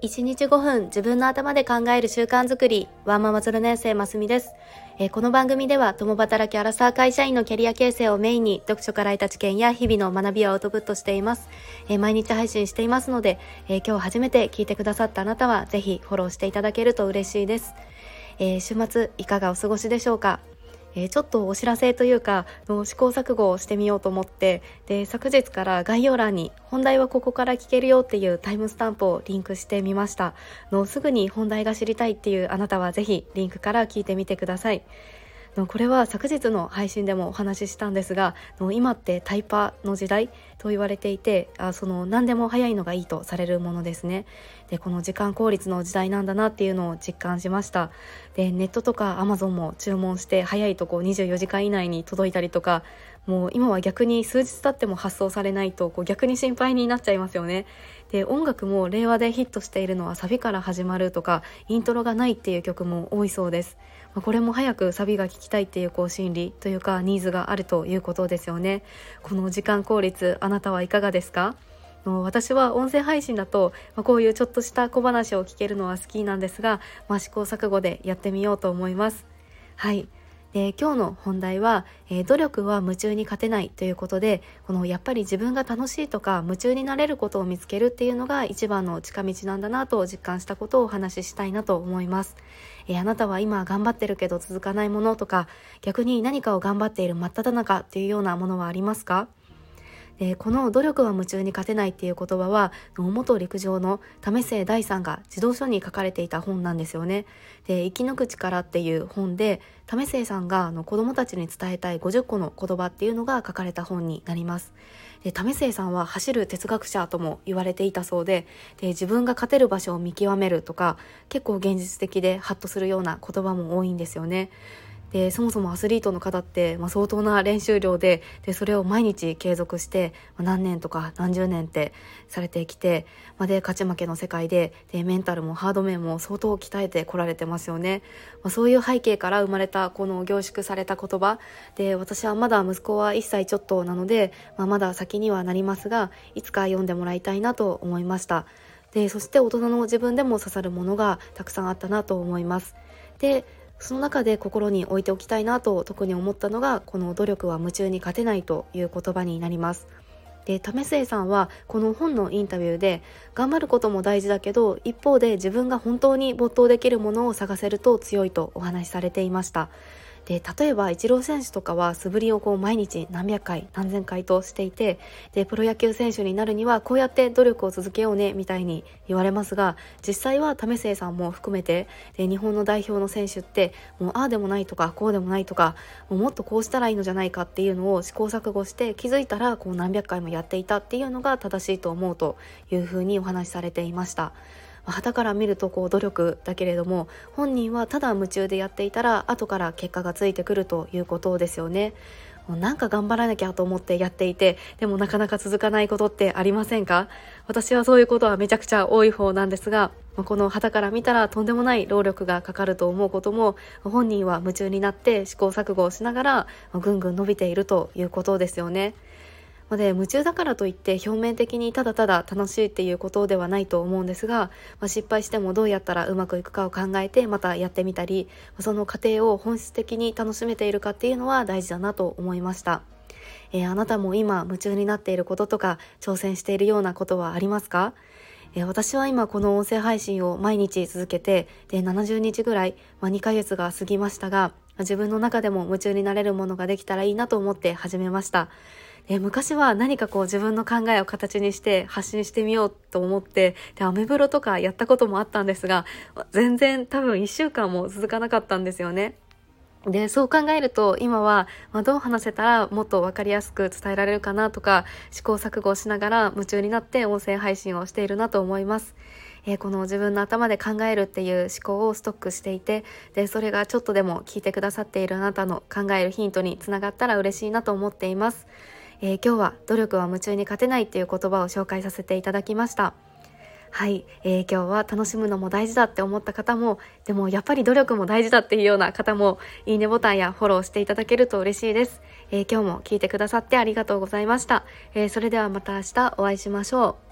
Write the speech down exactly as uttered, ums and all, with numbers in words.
いちにちごふん自分の頭で考える習慣づくり、ワンママゼロねん生ますみです。えー、この番組では共働きアラサー会社員のキャリア形成をメインに読書から得た知見や日々の学びをアウトプットしています。えー、毎日配信していますので、えー、今日初めて聞いてくださったあなたはぜひフォローしていただけると嬉しいです。えー、週末いかがお過ごしでしょうか。えー、ちょっとお知らせというかの試行錯誤をしてみようと思って、で昨日から概要欄に本題はここから聞けるよっていうタイムスタンプをリンクしてみました。のすぐに本題が知りたいっていうあなたはぜひリンクから聞いてみてください。のこれは昨日の配信でもお話ししたんですが、の今ってタイパの時代と言われていて、あその何でも早いのがいいとされるものですね。でこの時間効率の時代なんだなっていうのを実感しました。でネットとかアマゾンも注文して早いとこうにじゅうよじかん以内に届いたりとか、もう今は逆に数日経っても発送されないとこう逆に心配になっちゃいますよね。で音楽も令和でヒットしているのはサビから始まるとかイントロがないっていう曲も多いそうです。これも早くサビが聴きたいっていうこう心理というかニーズがあるということですよね。この時間効率、あなたはいかがですか？私は音声配信だと、まあ、こういうちょっとした小話を聞けるのは好きなんですが、まあ、試行錯誤でやってみようと思います。はい。で今日の本題は、えー、努力は夢中に勝てないということで、このやっぱり自分が楽しいとか夢中になれることを見つけるっていうのが一番の近道なんだなと実感したことをお話ししたいなと思います。えー、あなたは今頑張ってるけど続かないものとか、逆に何かを頑張っている真っ只中っていうようなものはありますか？でこの努力は夢中に勝てないっていう言葉は元陸上の為末大さんが児童書に書かれていた本なんですよね。で生き抜く力っていう本で為末さんがあの子どもたちに伝えたいごじゅっこの言葉っていうのが書かれた本になります。で為末さんは走る哲学者とも言われていたそうで、で自分が勝てる場所を見極めるとか結構現実的でハッとするような言葉も多いんですよね。でそもそもアスリートの方って、まあ、相当な練習量 で, でそれを毎日継続して、まあ、何年とか何十年ってされてきて、まあ、で勝ち負けの世界 で, でメンタルもハード面も相当鍛えてこられてますよね。まあ、そういう背景から生まれたこの凝縮された言葉で、私はまだ息子はいっさいちょっとなので、まあ、まだ先にはなりますが、いつか読んでもらいたいなと思いました。でそして大人の自分でも刺さるものがたくさんあったなと思います。でその中で心に置いておきたいなと特に思ったのが、この努力は夢中に勝てないという言葉になります。で為末さんはこの本のインタビューで、頑張ることも大事だけど一方で自分が本当に没頭できるものを探せると強いとお話しされていました。で例えばイチロー選手とかは素振りをこう毎日何百回何千回としていて、でプロ野球選手になるにはこうやって努力を続けようねみたいに言われますが、実際は為末さんも含めてで日本の代表の選手ってもうああでもないとかこうでもないとか、もうもっとこうしたらいいのじゃないかっていうのを試行錯誤して気づいたらこう何百回もやっていたっていうのが正しいと思うというふうにお話しされていました。傍から見るとこう努力だけれども、本人はただ夢中でやっていたら後から結果がついてくるということですよね。もうなんか頑張らなきゃと思ってやっていて、でもなかなか続かないことってありませんか？私はそういうことはめちゃくちゃ多い方なんですが、この傍から見たらとんでもない労力がかかると思うことも、本人は夢中になって試行錯誤をしながらぐんぐん伸びているということですよね。で夢中だからといって表面的にただただ楽しいっていうことではないと思うんですが、まあ、失敗してもどうやったらうまくいくかを考えてまたやってみたり、その過程を本質的に楽しめているかっていうのは大事だなと思いました。えー、あなたも今夢中になっていることとか挑戦しているようなことはありますか？えー、私は今この音声配信を毎日続けてでななじゅうにちぐらい、まあ、にかげつが過ぎましたが、自分の中でも夢中になれるものができたらいいなと思って始めました。え昔は何かこう自分の考えを形にして発信してみようと思って、でアメブロとかやったこともあったんですが、全然多分いっしゅうかんも続かなかったんですよね。でそう考えると今は、まあ、どう話せたらもっと分かりやすく伝えられるかなとか試行錯誤をしながら夢中になって音声配信をしているなと思います。えー、この自分の頭で考えるっていう思考をストックしていて、でそれがちょっとでも聞いてくださっているあなたの考えるヒントにつながったら嬉しいなと思っています。えー、今日は努力は夢中に勝てないっていう言葉を紹介させていただきました。はい、えー、今日は楽しむのも大事だって思った方も、でもやっぱり努力も大事だっていうような方も、いいねボタンやフォローしていただけると嬉しいです。えー、今日も聞いてくださってありがとうございました。えー、それではまた明日お会いしましょう。